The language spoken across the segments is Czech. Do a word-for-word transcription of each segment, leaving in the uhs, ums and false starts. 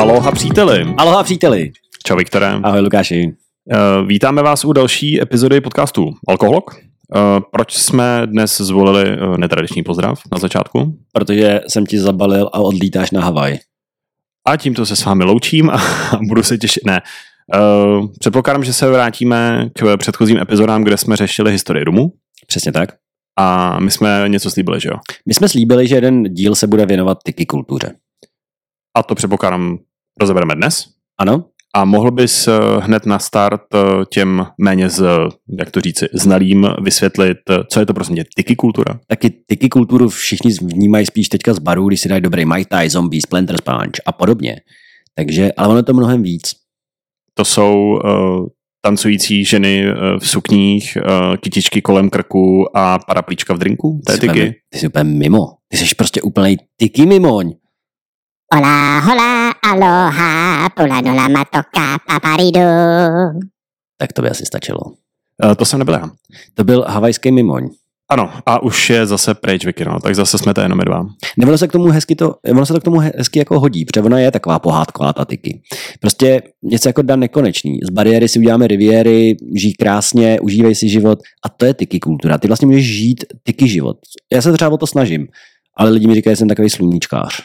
Aloha příteli. Aloha příteli. Čau Viktore. Ahoj Lukáši. Uh, vítáme vás u další epizody podcastu Alkoholok. Uh, proč jsme dnes zvolili uh, netradiční pozdrav na začátku? Protože jsem ti zabalil a odlítáš na Havaj. A tímto se s vámi loučím a budu se těšit. Ne. Uh, předpokládám, že se vrátíme k předchozím epizodám, kde jsme řešili historii rumu. Přesně tak. A my jsme něco slíbili, že jo? My jsme slíbili, že jeden díl se bude věnovat tiki kultuře. A to předpokládám rozebereme dnes. Ano. A mohl bys hned na start těm méně z, jak to říci, znalým vysvětlit, co je to prosím tě tiki kultura? Taky tiki kulturu všichni vnímají spíš teďka z barů, když si dají dobrý Mai Tai, Zombie, Splinter Punch a podobně. Takže, ale ono je to mnohem víc. To jsou uh, tancující ženy uh, v sukních, uh, kytičky kolem krku a paraplíčka v drinku? To je tiki? Úplně, ty jsi úplně mimo. Ty jsi prostě úplnej tiki mimoň. Hola, hola, aloha, pula nola matoka, paparidu. Tak to by asi stačilo. Uh, to jsem nebyl já. To byl havajský mimoň. Ano, a už je zase pryč, Vicky, no, tak zase jsme to jenom my dva. Nebo se k tomu hezky to, ono se to k tomu hezky jako hodí, protože ona je taková pohádková ta tiki. Prostě něco jako Dan Nekonečný. Z bariéry si uděláme riviéry, žij krásně, užívej si život a to je tiki kultura. Ty vlastně můžeš žít tiki život. Já se třeba o to snažím, ale lidi mi říkají, že jsem takový sluníčkář.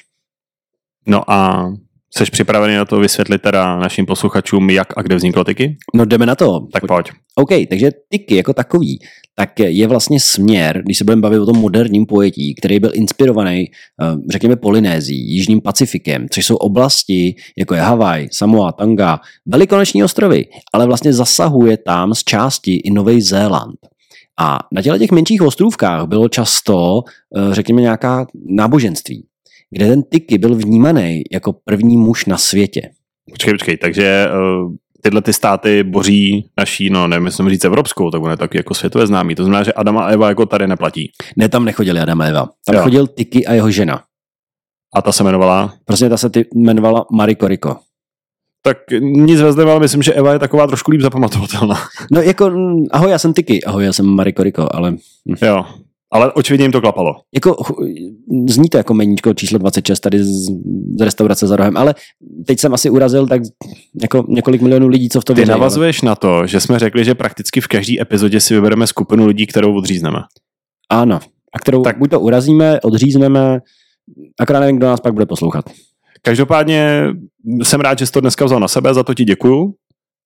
No a jsi připravený na to vysvětlit teda našim posluchačům, jak a kde vzniklo tiki? No jdeme na to. Tak pojď. OK, takže tiki jako takový, tak je vlastně směr, když se budeme bavit o tom moderním pojetí, který byl inspirovaný, řekněme, Polynézií, Jižním Pacifikem, což jsou oblasti, jako je Havaj, Samoa, Tonga, Velikonoční ostrovy, ale vlastně zasahuje tam z části i Nový Zéland. A na těchto těch menších ostrůvkách bylo často, řekněme, nějaká náboženství, kde ten tiki byl vnímaný jako první muž na světě. Počkej, počkej, takže uh, tyhle ty státy boří naší, no nevím, jestli říct evropskou, tak on je taky jako světové známý. To znamená, že Adam a Eva jako tady neplatí. Ne, tam nechodili Adam a Eva. Tam jo. chodil Tiki a jeho žena. A ta se jmenovala? Prostě ta se ty jmenovala Marie Koriko. Tak nic vezli, ale myslím, že Eva je taková trošku líp zapamatovatelná. No jako, ahoj, já jsem Tiki, ahoj, já jsem Marie Koriko, ale... Jo, ale očividně jim to klapalo. Jako, zní to jako meníčko číslo dvacet šest tady z, z restaurace za rohem, ale teď jsem asi urazil tak jako několik milionů lidí, co v to věří. Ty věří, navazuješ ale... na to, že jsme řekli, že prakticky v každé epizodě si vybereme skupinu lidí, kterou odřízneme. Ano, a kterou tak buď to urazíme, odřízneme, akorát nevím, kdo nás pak bude poslouchat. Každopádně jsem rád, že jsi to dneska vzal na sebe, za to ti děkuju.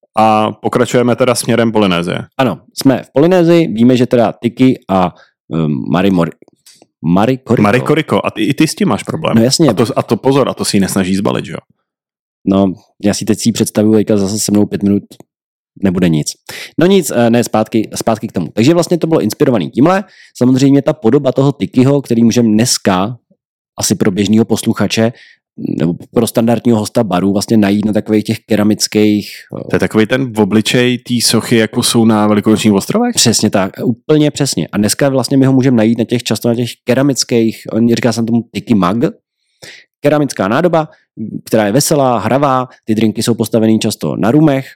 A pokračujeme teda směrem Polynézie. Ano, jsme v Polynésii, víme, že teda Tiki a um, Marie Mori... Marie Koriko. Marie Koriko, a ty, i ty s tím máš problém. No jasně. A to, a to pozor, a to si ji nesnaží zbalit, že jo? No, já si teď si ji představuji, teďka zase se mnou pět minut nebude nic. No nic, ne, zpátky, zpátky k tomu. Takže vlastně to bylo inspirovaný tímhle. Samozřejmě ta podoba toho Tikiho, který můžeme dneska asi pro běžného posluchače nebo pro standardního hosta baru vlastně najít na takových těch keramických... To je takový ten obličej té sochy, jako jsou na Velikonočních ostrovech? Přesně tak, úplně přesně. A dneska vlastně my ho můžeme najít na těch často na těch keramických, on říká jsem tomu tiki mug, keramická nádoba, která je veselá, hravá, ty drinky jsou postavený často na rumech,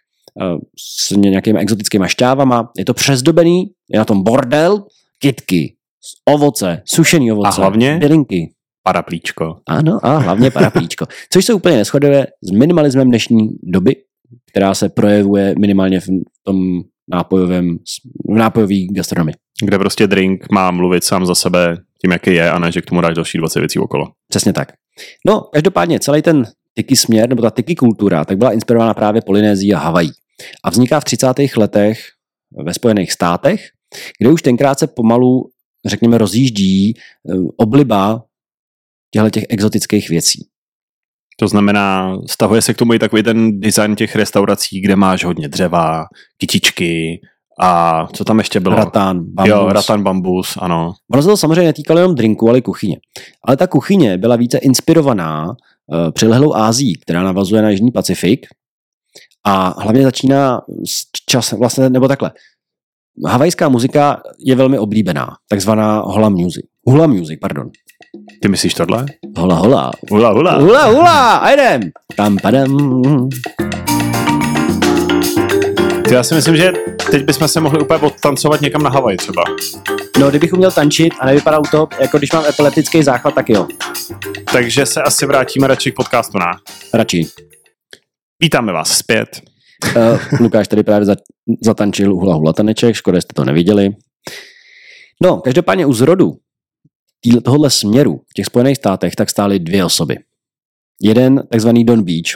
s nějakými exotickými šťávama, je to přezdobený, je na tom bordel, kytky, ovoce, sušený ovoce, a hlavně bylinky. Paraplíčko. Ano, a hlavně paraplíčko. Což se úplně neshoduje s minimalismem dnešní doby, která se projevuje minimálně v tom nápojovém, v nápojové gastronomii. Kde prostě drink má mluvit sám za sebe tím, jaký je, a ne, že k tomu dáš další dvacet věcí okolo. Přesně tak. No, každopádně celý ten tiki směr, nebo ta tiki kultura, tak byla inspirována právě Polynézií a Havají. A vzniká v třicátých letech ve Spojených státech, kde už tenkrát se pomalu, řekněme, rozjíždí obliba těchto těch exotických věcí. To znamená, stahuje se k tomu i takový ten design těch restaurací, kde máš hodně dřeva, kytičky a co tam ještě bylo? Ratán, bambus. Jo, ratán, bambus, ano. Ono se to samozřejmě netýkalo jenom drinku, ale kuchyně. Ale ta kuchyně byla více inspirovaná uh, přilehlou Ázií, která navazuje na Jižní Pacifik a hlavně začíná čas, vlastně, nebo takhle. Havajská muzika je velmi oblíbená, takzvaná hola music. Hula music, pardon. Ty myslíš tohle? Hola, hola. Hula, hula. Hula, hula, a jdem. Tam, padam. Ty, já si myslím, že teď bychom se mohli úplně odtancovat někam na Havaj třeba. No, kdybych uměl tančit a nevypadal to, jako když mám epileptický záchvat, tak jo. Takže se asi vrátíme radši k podcastu, ne? Radši. Vítáme vás zpět. Uh, Lukáš tady právě zatančil hula hula taneček, škoda, jste to neviděli. No, každopádně u zrodu tohohle směru v těch Spojených státech tak stály dvě osoby. Jeden takzvaný Don Beach.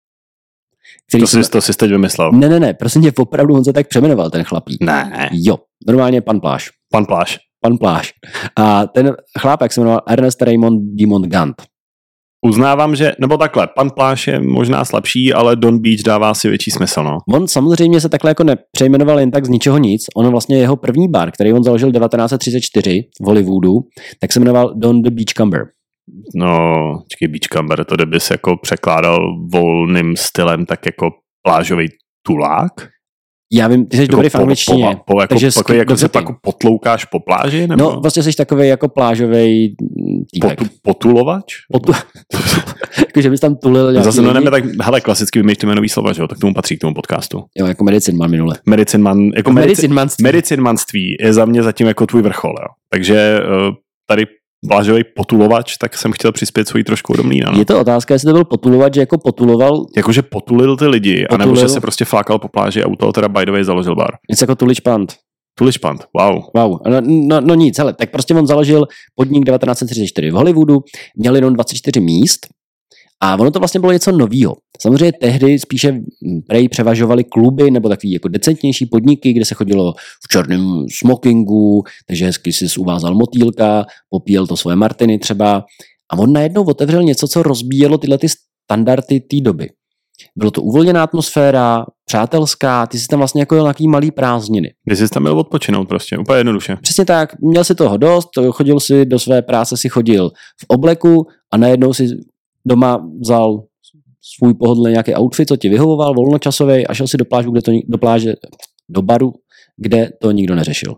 To jsi, se... to jsi teď vymyslel. Ne, ne, ne, prosím tě, opravdu on se tak přemenoval, ten chlapík. Ne. Jo, normálně pan Pláš. Pan Pláš. Pan Pláš. A ten chlápek se jmenoval Ernest Raymond Dumont Gant. Uznávám, že, nebo takhle, pan Pláš je možná slabší, ale Don Beach dává si větší smysl, no. On samozřejmě se takhle jako nepřejmenoval jen tak z ničeho nic. On vlastně jeho první bar, který on založil devatenáct set třicet čtyři v Hollywoodu, tak se jmenoval Don the Beachcomber. No, čekej, Beachcomber, to kdyby se jako překládal volným stylem, tak jako plážový tulák? Já vím, ty jsi jako dobrý v angličtině. Po, po, jako, takže jako, jako se pak potloukáš po pláži? Nebo? No, vlastně jsi takový jako plážový týpek. Potu, potulovač? Potu... jako, že bys tam tulil nějaký zase lidi. Tak, hele, klasicky vymýšlíme nový slova, že jo? Tak tomu patří k tomu podcastu. Jo, jako medicine man minule. Medicine man, jako medicine manství. Medicine manství je za mě zatím jako tvůj vrchol, jo? Takže uh, tady plážový potulovač, tak jsem chtěl přispět svojí trošku do mlýna. No. Je to otázka, jestli to byl potulovač, že jako potuloval... Jakože potulil ty lidi, potulil. Anebo že se prostě flákal po pláži a u toho teda by the way založil bar. Něco jako tuličpant. Tuličpant, wow. Wow, no, no, no nic, hele, tak prostě on založil podnik devatenáct set třicet čtyři v Hollywoodu, měl jenom dvacet čtyři míst a ono to vlastně bylo něco novýho. Samozřejmě tehdy spíše prej převažovaly kluby nebo takový jako decentnější podniky, kde se chodilo v černém smokingu, takže hezky si uvázal motýlka, popíjel to svoje martiny třeba a on najednou otevřel něco, co rozbíjelo tyhle ty standardy té doby. Bylo to uvolněná atmosféra, přátelská, ty jsi tam vlastně jako nějaký malý prázdniny. Ty jsi tam měl odpočinout prostě, úplně jednoduše. Přesně tak, měl si toho dost, chodil si do své práce, si chodil v obleku a najednou si doma vzal svůj pohodlný nějaký outfit, co ti vyhovoval, volnočasový a šel si do pláže, kde to, do pláže, do baru, kde to nikdo neřešil.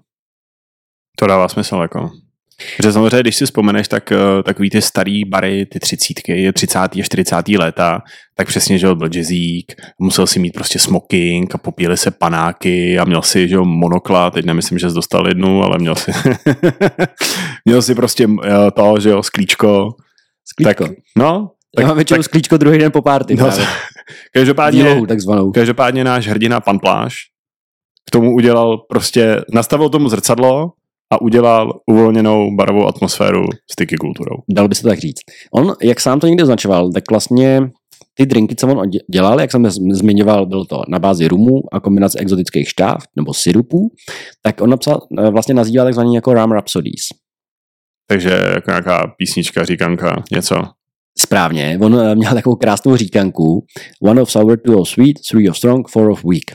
To dává smysl, jako. Protože samozřejmě, když si vzpomeneš, tak takový ty starý bary, ty třicítky, třicátý a čtyřicátý léta, tak přesně, že byl jazzík, musel si mít prostě smoking a popíjeli se panáky a měl si, že jo, monokla, teď nemyslím, že jsi dostal jednu, ale měl si měl si prostě to, že jo, sklíčko. Sklíčko. Tak, no, tak, já mám většinou tak, sklíčko druhý den po party. No, každopádně, Výlohu, takzvanou. každopádně náš hrdina pan Pláš k tomu udělal prostě, nastavil tomu zrcadlo a udělal uvolněnou barovou atmosféru s tyky kulturou. Dal by se to tak říct. On, jak sám to někdy označoval, tak vlastně ty drinky, co on dělal, jak jsem zmiňoval, bylo to na bázi rumu a kombinace exotických šťáv nebo syrupů, tak on napsal, vlastně nazýval takzvaný jako rum rhapsodies. Takže jako nějaká písnička, říkanka, něco. Správně, on měl takovou krásnou říkanku one of sour, two of sweet, three of strong, four of weak.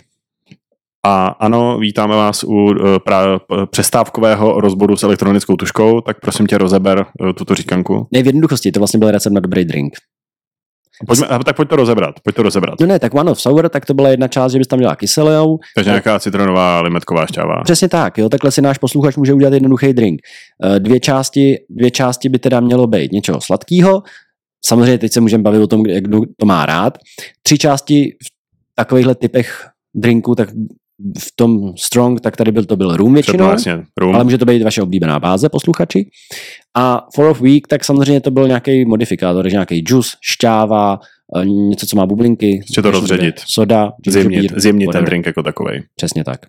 A ano, vítáme vás u uh, pra, přestávkového rozboru s elektronickou tuškou, tak prosím tě rozeber uh, tuto říkanku. Ne, v jednoduchosti, to vlastně byl recept na dobrý drink. Pojďme, tak pojď to rozebrat, pojď to rozebrat. No ne, tak one of sour, tak to byla jedna část, že bys tam dělala kyselou. Takže nějaká citronová limetková šťáva. Přesně tak, jo, takhle si náš posluchač může udělat jednoduchý drink. Dvě části, dvě části by teda mělo být něčeho sladkého. Samozřejmě teď se můžeme bavit o tom, jak kdo to má rád. Tři části v takovýchhle typech drinku, tak v tom strong, tak tady byl to byl rum většinou, Jasně, rum. Ale může to být vaše oblíbená báze, posluchači. A four of week, tak samozřejmě to byl nějaký modifikátor, že nějaký džus, šťáva, něco, co má bublinky. Chce to rozředit. Soda. Zjemnit, zjemnit ten drink jako takovej. Přesně tak.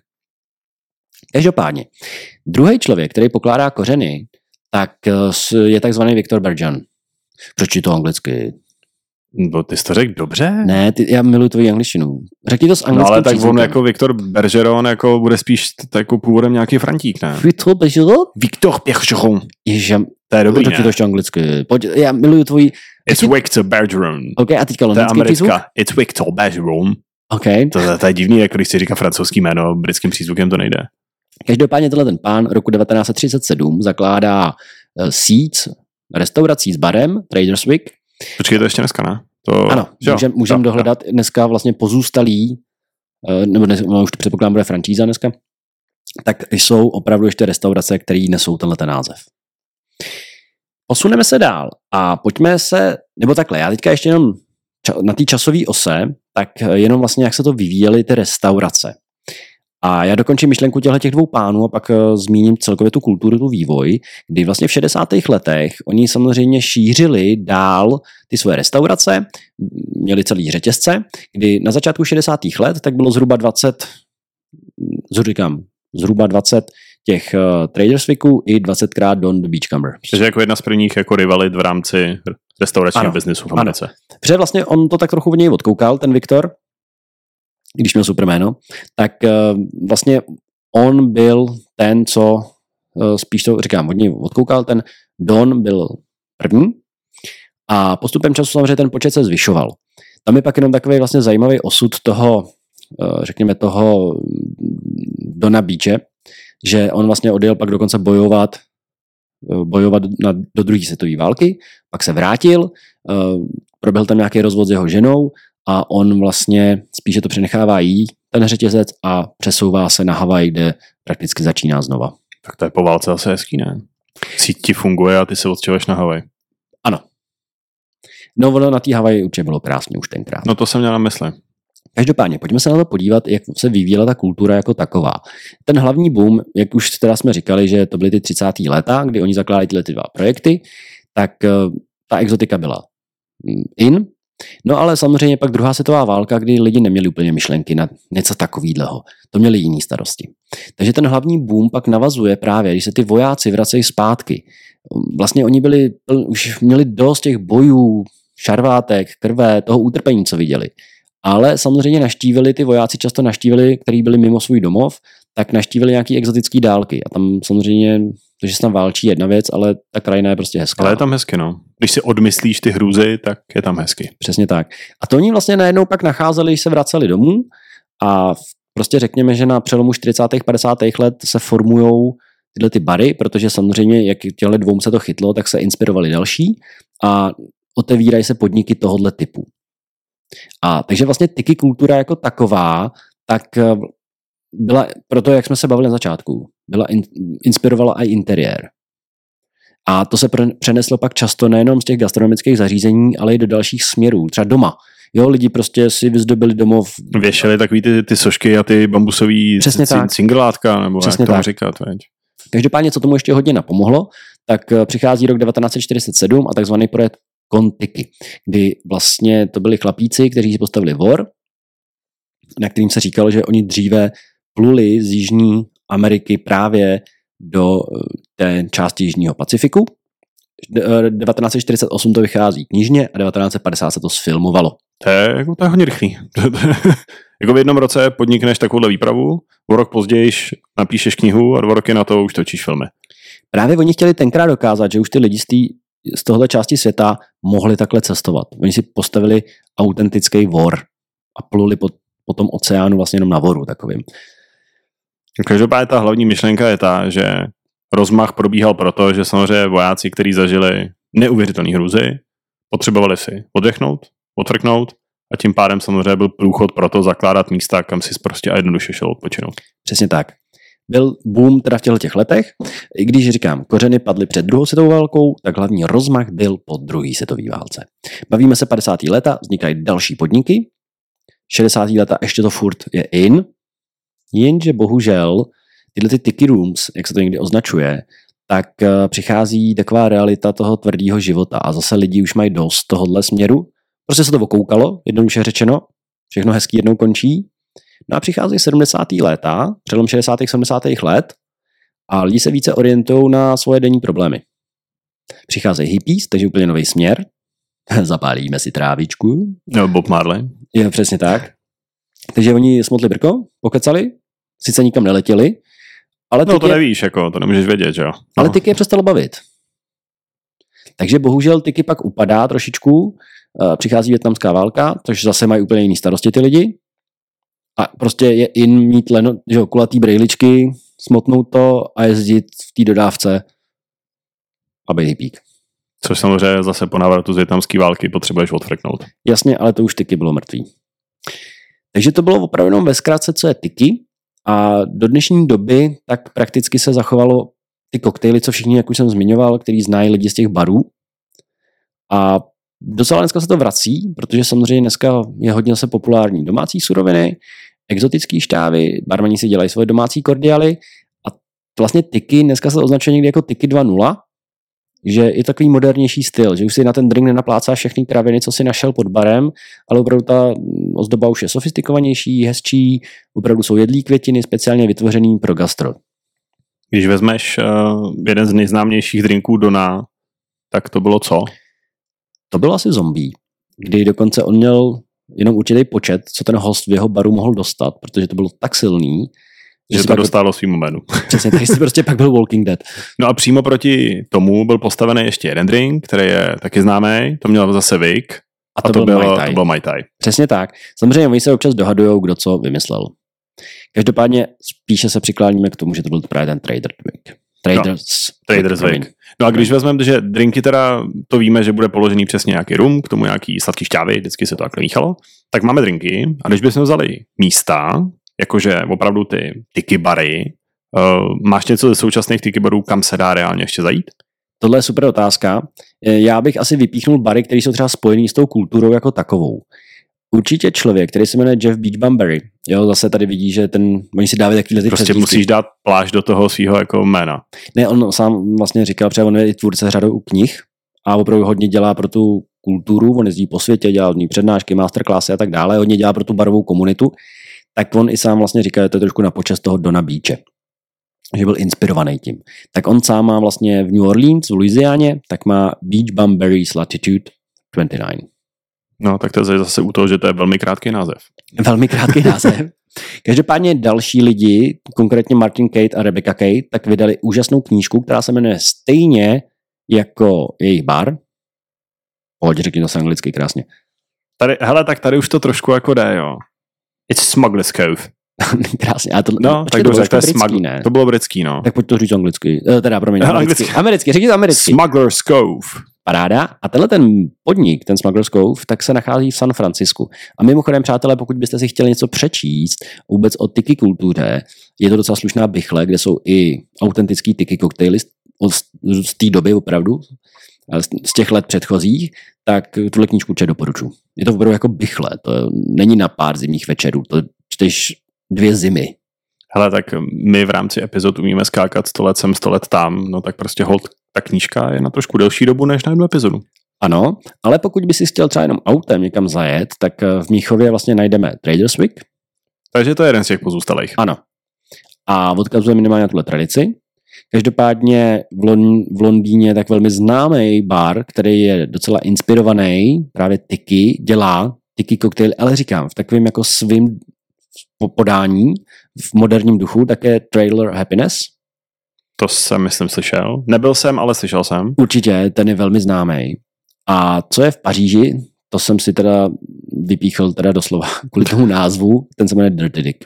Každopádně, druhý člověk, který pokládá kořeny, tak je takzvaný Victor Bergeron. Přečti to anglicky. No, ty jsi to řekl dobře? Ne, ty, já miluji tvoji angličtinu. Řekni to s anglickým No ale tak přízvukem. on jako Victor Bergeron jako bude spíš jako původem nějaký Frantík, ne? Victor Bergeron? Victor Bergeron. Ježiš, to je dobrý, ne? To ještě anglicky. Pojď, já miluji tvoji... It's Victor Bergeron. Ok, a teďka londýnský přízvuk? It's Victor Bergeron. Ok. To, to je divný, jako když si říká francouzský jméno, britským přízvukem to nejde. Každopádně tenhle ten pán roku devatenáct set třicet sedm zakládá uh, síť restaurací s barem, Traders Week. Počkej, to ještě dneska, ne? To, ano, můžeme můžem dohledat jo. Dneska vlastně pozůstalý, nebo dnes, no, už to předpokládám, bude franšíza dneska, tak jsou opravdu ještě restaurace, které nesou tenhle ten název. Posuneme se dál a pojďme se, nebo takhle, já teďka ještě jenom na té časové ose, tak jenom vlastně, jak se to vyvíjely ty restaurace. A já dokončím myšlenku těchto těch dvou pánů a pak uh, zmíním celkově tu kulturu, tu vývoj, kdy vlastně v šedesátých letech oni samozřejmě šířili dál ty svoje restaurace, měli celý řetězce, kdy na začátku šedesátých let tak bylo zhruba dvacet, říkám, zhruba dvacet těch uh, Traders Weeků i dvacetkrát Don the Beachcomber. Takže jako jedna z prvních jako rivalit v rámci restauračního biznesu v Americe. Protože vlastně on to tak trochu od něj odkoukal, ten Viktor, když měl super jméno, tak uh, vlastně on byl ten, co uh, spíš to, říkám, od něj odkoukal, ten Don byl první a postupem času samozřejmě ten počet se zvyšoval. Tam je pak jenom takový vlastně zajímavý osud toho, uh, řekněme toho Dona Beache, že on vlastně odjel pak dokonce bojovat bojovat na, do druhé světové války, pak se vrátil, uh, proběhl tam nějaký rozvod s jeho ženou a on vlastně spíše to přenechává jí, ten řetězec, a přesouvá se na Havaj, kde prakticky začíná znova. Tak to je po válce asi hezký, ne? Síť ti funguje a ty se odstěhuješ na Havaj. Ano. No ono na té Havaji určitě bylo krásně už tenkrát. No to jsem měl na mysli. Každopádně, pojďme se na to podívat, jak se vyvíjela ta kultura jako taková. Ten hlavní boom, jak už teda jsme říkali, že to byly ty třicátá léta, kdy oni zakládali tyhle ty dva projekty, tak uh, ta exotika byla in. No ale samozřejmě pak druhá světová válka, kdy lidi neměli úplně myšlenky na něco takového. To měli jiný starosti. Takže ten hlavní boom pak navazuje právě, když se ty vojáci vracejí zpátky. Vlastně oni byli, už měli dost těch bojů, šarvátek, krve, toho utrpení, co viděli. Ale samozřejmě naštívili, ty vojáci často naštívili, kteří byli mimo svůj domov, tak naštívili nějaký exotický dálky. A tam samozřejmě, to, že se tam válčí, jedna věc, ale ta krajina je prostě hezká. Ale je tam hezky, no. Když si odmyslíš ty hrůzy, tak je tam hezky. Přesně tak. A to oni vlastně najednou pak nacházeli, když se vraceli domů a prostě řekněme, že na přelomu čtyřicátých padesátých let se formujou tyhle ty bary, protože samozřejmě, jak těhle dvou se to chytlo, tak se inspirovali další a otevírají se podniky tohohle typu. A takže vlastně tiki kultura jako taková, tak byla, proto jak jsme se bavili na začátku, byla in, inspirovala i interiér. A to se přeneslo pak často nejenom z těch gastronomických zařízení, ale i do dalších směrů, třeba doma. Jo, lidi prostě si vyzdobili domov. Věšeli takový ty, ty sošky a ty bambusový cingelátka, nebo přesně jak tomu tak. říkat. Veď. Každopádně, co tomu ještě hodně napomohlo, tak přichází rok devatenáct set čtyřicet sedm a takzvaný projekt Kon-Tiki, kdy vlastně to byli chlapíci, kteří si postavili vor, na kterým se říkalo, že oni dříve pluli z Jižní Ameriky právě do té části Jižního Pacifiku. devatenáct set čtyřicet osm to vychází knižně a devatenáct set padesát se to sfilmovalo. To je, jako, to je hodně rychlý. Jako v jednom roce podnikneš takovouhle výpravu, o rok později napíšeš knihu a dva roky na to už točíš filmy. Právě oni chtěli tenkrát dokázat, že už ty lidi z, tý, z tohohle části světa mohli takhle cestovat. Oni si postavili autentický vor a pluli po, po tom oceánu vlastně jenom na voru takovým. Každopádně ta hlavní myšlenka je ta, že rozmach probíhal proto, že samozřejmě vojáci, kteří zažili neuvěřitelné hrůzy, potřebovali si oddechnout, odfrknout a tím pádem samozřejmě byl průchod pro to zakládat místa, kam si prostě a jednoduše šel odpočinout. Přesně tak. Byl boom teda v těchto těch letech. I když říkám, kořeny padly před druhou světovou válkou, tak hlavní rozmach byl po druhé světové válce. Bavíme se padesátá léta, vznikají další podniky. šedesátá léta ještě to furt je in. Jenže bohužel tyhle ty tiki rooms, jak se to někdy označuje, tak přichází taková realita toho tvrdého života a zase lidi už mají dost tohohle směru. Prostě se to okoukalo, jednoduše řečeno, všechno hezký jednou končí. No a přicházejí sedmdesátá léta, přelom šedesátých sedmdesátých let a lidi se více orientují na svoje denní problémy. Přicházejí hippies, takže úplně nový směr. Zapálíme si trávičku. No, Bob Marley. Je přesně tak. Takže oni smotli brko, pokecali, sice nikam neletěli, ale no to je... nevíš, jako, to nemůžeš vědět, že jo. No. Ale Tiki je přestalo bavit. Takže bohužel Tiki pak upadá trošičku, přichází vietnamská válka, takže zase mají úplně jiný starosti ty lidi. A prostě je in mít leno, že jo, kulatý brejličky, smotnout to a jezdit v té dodávce a být hippík. Což samozřejmě zase po návratu z vietnamské války potřebuješ odfrknout. Jasně, ale to už Tiki bylo mrtvý. Takže to bylo opravdu jenom ve zkratce, co je Tiki. A do dnešní doby tak prakticky se zachovalo ty koktejly, co všichni, jak už jsem zmiňoval, který znají lidi z těch barů. A docela dneska se to vrací, protože samozřejmě dneska je hodně se populární domácí suroviny, exotický štávy, barmani si dělají svoje domácí kordiály a vlastně tiki dneska se označuje někdy jako tiki dva nula, že je takový modernější styl, že už si na ten drink nenaplácá všechny kraviny, co si našel pod barem, ale opravdu ta ozdoba už je sofistikovanější, hezčí, opravdu jsou jedlí květiny speciálně vytvořený pro gastro. Když vezmeš uh, jeden z nejznámějších drinků Dona, tak to bylo co? To bylo asi zombie, kdy dokonce on měl jenom určitý počet, co ten host v jeho baru mohl dostat, protože to bylo tak silný, že, že to dostalo svým jménu. Přesně, takže si prostě pak byl Walking Dead. No a přímo proti tomu byl postavený ještě jeden drink, který je taky známý, to měl zase Vic. A to, a to, byl bylo, to bylo Mai Tai. Přesně tak. Samozřejmě oni se občas dohadujou, kdo co vymyslel. Každopádně spíše se přikláníme k tomu, že to byl právě ten Trader Vic. Traders, no, Traders Vic. No a když vezmeme, že drinky teda, to víme, že bude položený přesně nějaký rum, k tomu nějaký sladký šťávy, vždycky se to takhle míchalo, tak máme drinky a když bychom vzali místa, jakože opravdu ty tiki bary, uh, máš něco ze současných tiki barů, kam se dá reálně ještě zajít? Tohle je super otázka. Já bych asi vypíchnul bary, které jsou třeba spojený s tou kulturou jako takovou. Určitě člověk, který se jmenuje Jeff Beachbumberry, jo, zase tady vidí, že ten, oni si dávají takovýhle ty prostě přezdívky. Musíš dát plášť do toho svého jako jména. Ne, on sám vlastně říkal, protože on je i tvůrce řadou knih a opravdu hodně dělá pro tu kulturu, on jezdí po světě, dělá hodně přednášky, masterclassy a tak dále, hodně dělá pro tu barovou komunitu, tak on i sám vlastně říká, že to je trošku na počest toho Dona Beache, že byl inspirovaný tím. Tak on sám má vlastně v New Orleans, v Louisianě, tak má Beachbumberry's Latitude dvacet devět. No, tak to je zase u toho, že to je velmi krátký název. Velmi krátký název. Každopádně další lidi, konkrétně Martin Kate a Rebecca Kate, tak vydali úžasnou knížku, která se jmenuje stejně jako jejich bar. Pojď, řekni to anglicky krásně. Tady, hele, tak tady už to trošku jako jde, jo. It's Smuggler's Cove. Krásně. A to, no, tak to, dobře, to, to, smug... ne. to bylo britský, no. Tak pojď to říct anglicky. Teda, promiň, no, americky. Anglicky, americky řekni to americky. Smuggler's Cove. Paráda. A tenhle ten podnik, ten Smuggler's Cove, tak se nachází v San Francisku. A mimochodem, přátelé, pokud byste si chtěli něco přečíst vůbec o tiki kultuře, je to docela slušná bychle, kde jsou i autentický tiki koktejly z té doby opravdu, z těch let předchozích, tak tuhle knížku určitě doporučuji. Je to opravdu jako bychle, to není na pár zimních večerů, to čteš dvě zimy. Hele, tak my v rámci epizod umíme skákat sto let sem, sto let tam, no tak prostě hold, ta knížka je na trošku delší dobu než na jednu epizodu. Ano, ale pokud by si chtěl třeba jenom autem někam zajet, tak v Mnichově vlastně najdeme Traders Vic. Takže to je jeden z těch pozůstalých. Ano. A odkazuje minimálně na tuhle tradici. Každopádně v, Lon- v Londýně tak velmi známý bar, který je docela inspirovaný, právě tiki, dělá tiki koktejly, ale říkám, v takovém jako svým podání, v moderním duchu, také Trailer Happiness. To jsem, myslím, slyšel. Nebyl jsem, ale slyšel jsem. Určitě, ten je velmi známý. A co je v Paříži, to jsem si teda vypíchl teda doslova kvůli tomu názvu, ten se jmenuje Dirty Dick.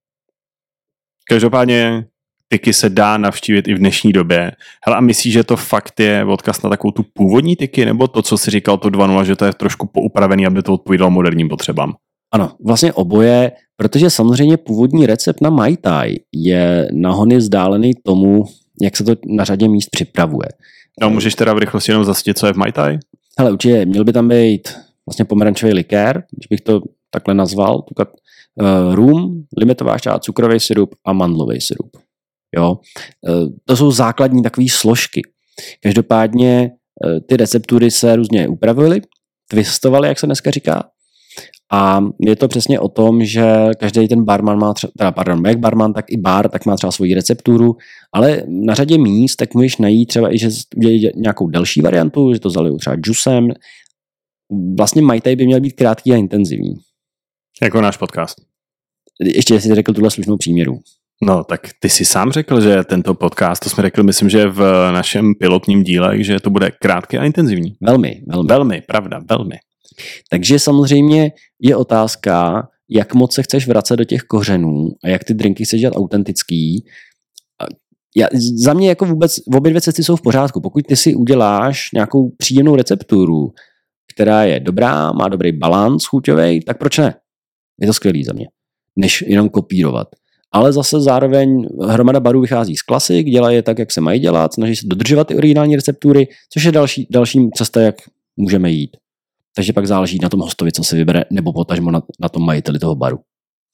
Každopádně tiki se dá navštívit i v dnešní době. Hele, a myslíš, že to fakt je odkaz na takovou tu původní tiki, nebo to, co jsi říkal, to dva nula, že to je trošku poupravený, aby to odpovídalo moderním potřebám? Ano, vlastně oboje, protože samozřejmě původní recept na Mai Tai je nahony vzdálený tomu, jak se to na řadě míst připravuje. No, můžeš teda v rychlosti jenom zasvětit, co je v Mai Tai? Hele, určitě, měl by tam být vlastně pomerančový likér, když bych to takhle nazval, tukat, uh, rum, limitová šťáva, cukrový sirup a mandlový sirup. Jo? Uh, to jsou základní takové složky. Každopádně uh, ty receptury se různě upravily, twistovaly, jak se dneska říká. A je to přesně o tom, že každý ten barman má třeba, teda pardon, jak barman, tak i bar, tak má třeba svoji recepturu, ale na řadě míst tak můžeš najít třeba i, že udělají nějakou delší variantu, že to zalijou třeba džusem. Vlastně Mai Tai by měl být krátký a intenzivní. Jako náš podcast. Ještě jsi řekl tuhle slušnou příměru. No, tak ty jsi sám řekl, že tento podcast, to jsme řekli, myslím, že v našem pilotním díle, že to bude krátký a intenzivní. Velmi, velmi. Velmi, pravda, velmi. Takže samozřejmě je otázka, jak moc se chceš vracet do těch kořenů a jak ty drinky chceš dělat autentický. Já, za mě jako vůbec obě dvě cesty jsou v pořádku. Pokud ty si uděláš nějakou příjemnou recepturu, která je dobrá, má dobrý balans chuťový, tak proč ne? Je to skvělý za mě, než jenom kopírovat. Ale zase zároveň hromada barů vychází z klasik, dělají je tak, jak se mají dělat, snaží se dodržovat ty originální receptury, což je další, další cesta, jak můžeme jít. Takže pak záleží na tom hostovi, co se vybere, nebo potažmo na, na tom majiteli toho baru.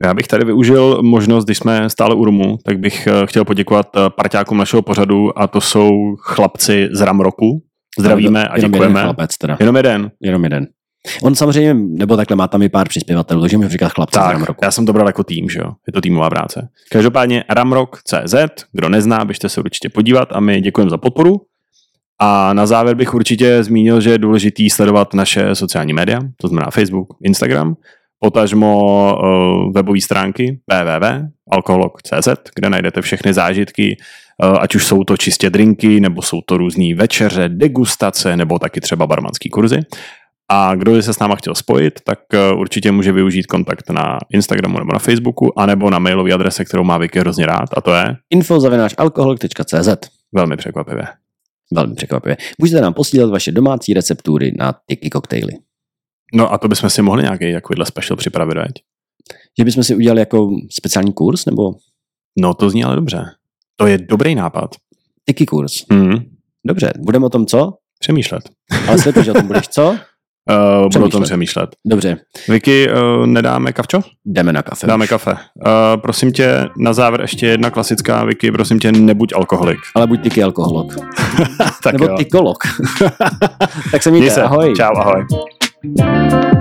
Já bych tady využil možnost, když jsme stále u rumu, tak bych chtěl poděkovat parťákům našeho pořadu a to jsou chlapci z Ramroku. Zdravíme a děkujeme. Jenom jeden chlapec teda. Jenom jeden. Jenom jeden. On samozřejmě, nebo takhle má tam i pár přispěvatelů, takže mi říká chlapci tak, z Ramroku. Já jsem to bral jako tým, že jo? Je to týmová práce. Každopádně ramrock tečka cé zet, kdo nezná, běžte se určitě podívat a my děkujeme za podporu. A na závěr bych určitě zmínil, že je důležitý sledovat naše sociální média, to znamená Facebook, Instagram, potažmo uh, webové stránky w w w tečka alkoholok tečka cé zet, kde najdete všechny zážitky, uh, ať už jsou to čistě drinky, nebo jsou to různý večeře, degustace, nebo taky třeba barmanský kurzy. A kdo by se s náma chtěl spojit, tak uh, určitě může využít kontakt na Instagramu nebo na Facebooku, anebo na mailové adrese, kterou má Vicky hrozně rád, a to je info zavináč alkoholok tečka cé zet. Velmi překvapivě. Velmi překvapivě. Můžete nám posílat vaše domácí receptury na tiki koktejly. No a to bychom si mohli nějaký takovýhle special připravit, veď? Že bychom si udělali jako speciální kurz, nebo? No to zní ale dobře. To je dobrý nápad. Tiki kurz. Mm. Dobře, budeme o tom co? Přemýšlet. Ale světlo, že o tom budeš co? Uh, budu o tom přemýšlet. Dobře. Vicky, uh, nedáme kavčo? Jdeme na kafe. Dáme kafe. Uh, prosím tě, na závěr ještě jedna klasická, Vicky, prosím tě, nebuď alkoholik. Ale buď tiki alkoholok. Tak nebo jo. tykolog. Tak se mějte, se. ahoj. Čau, ahoj.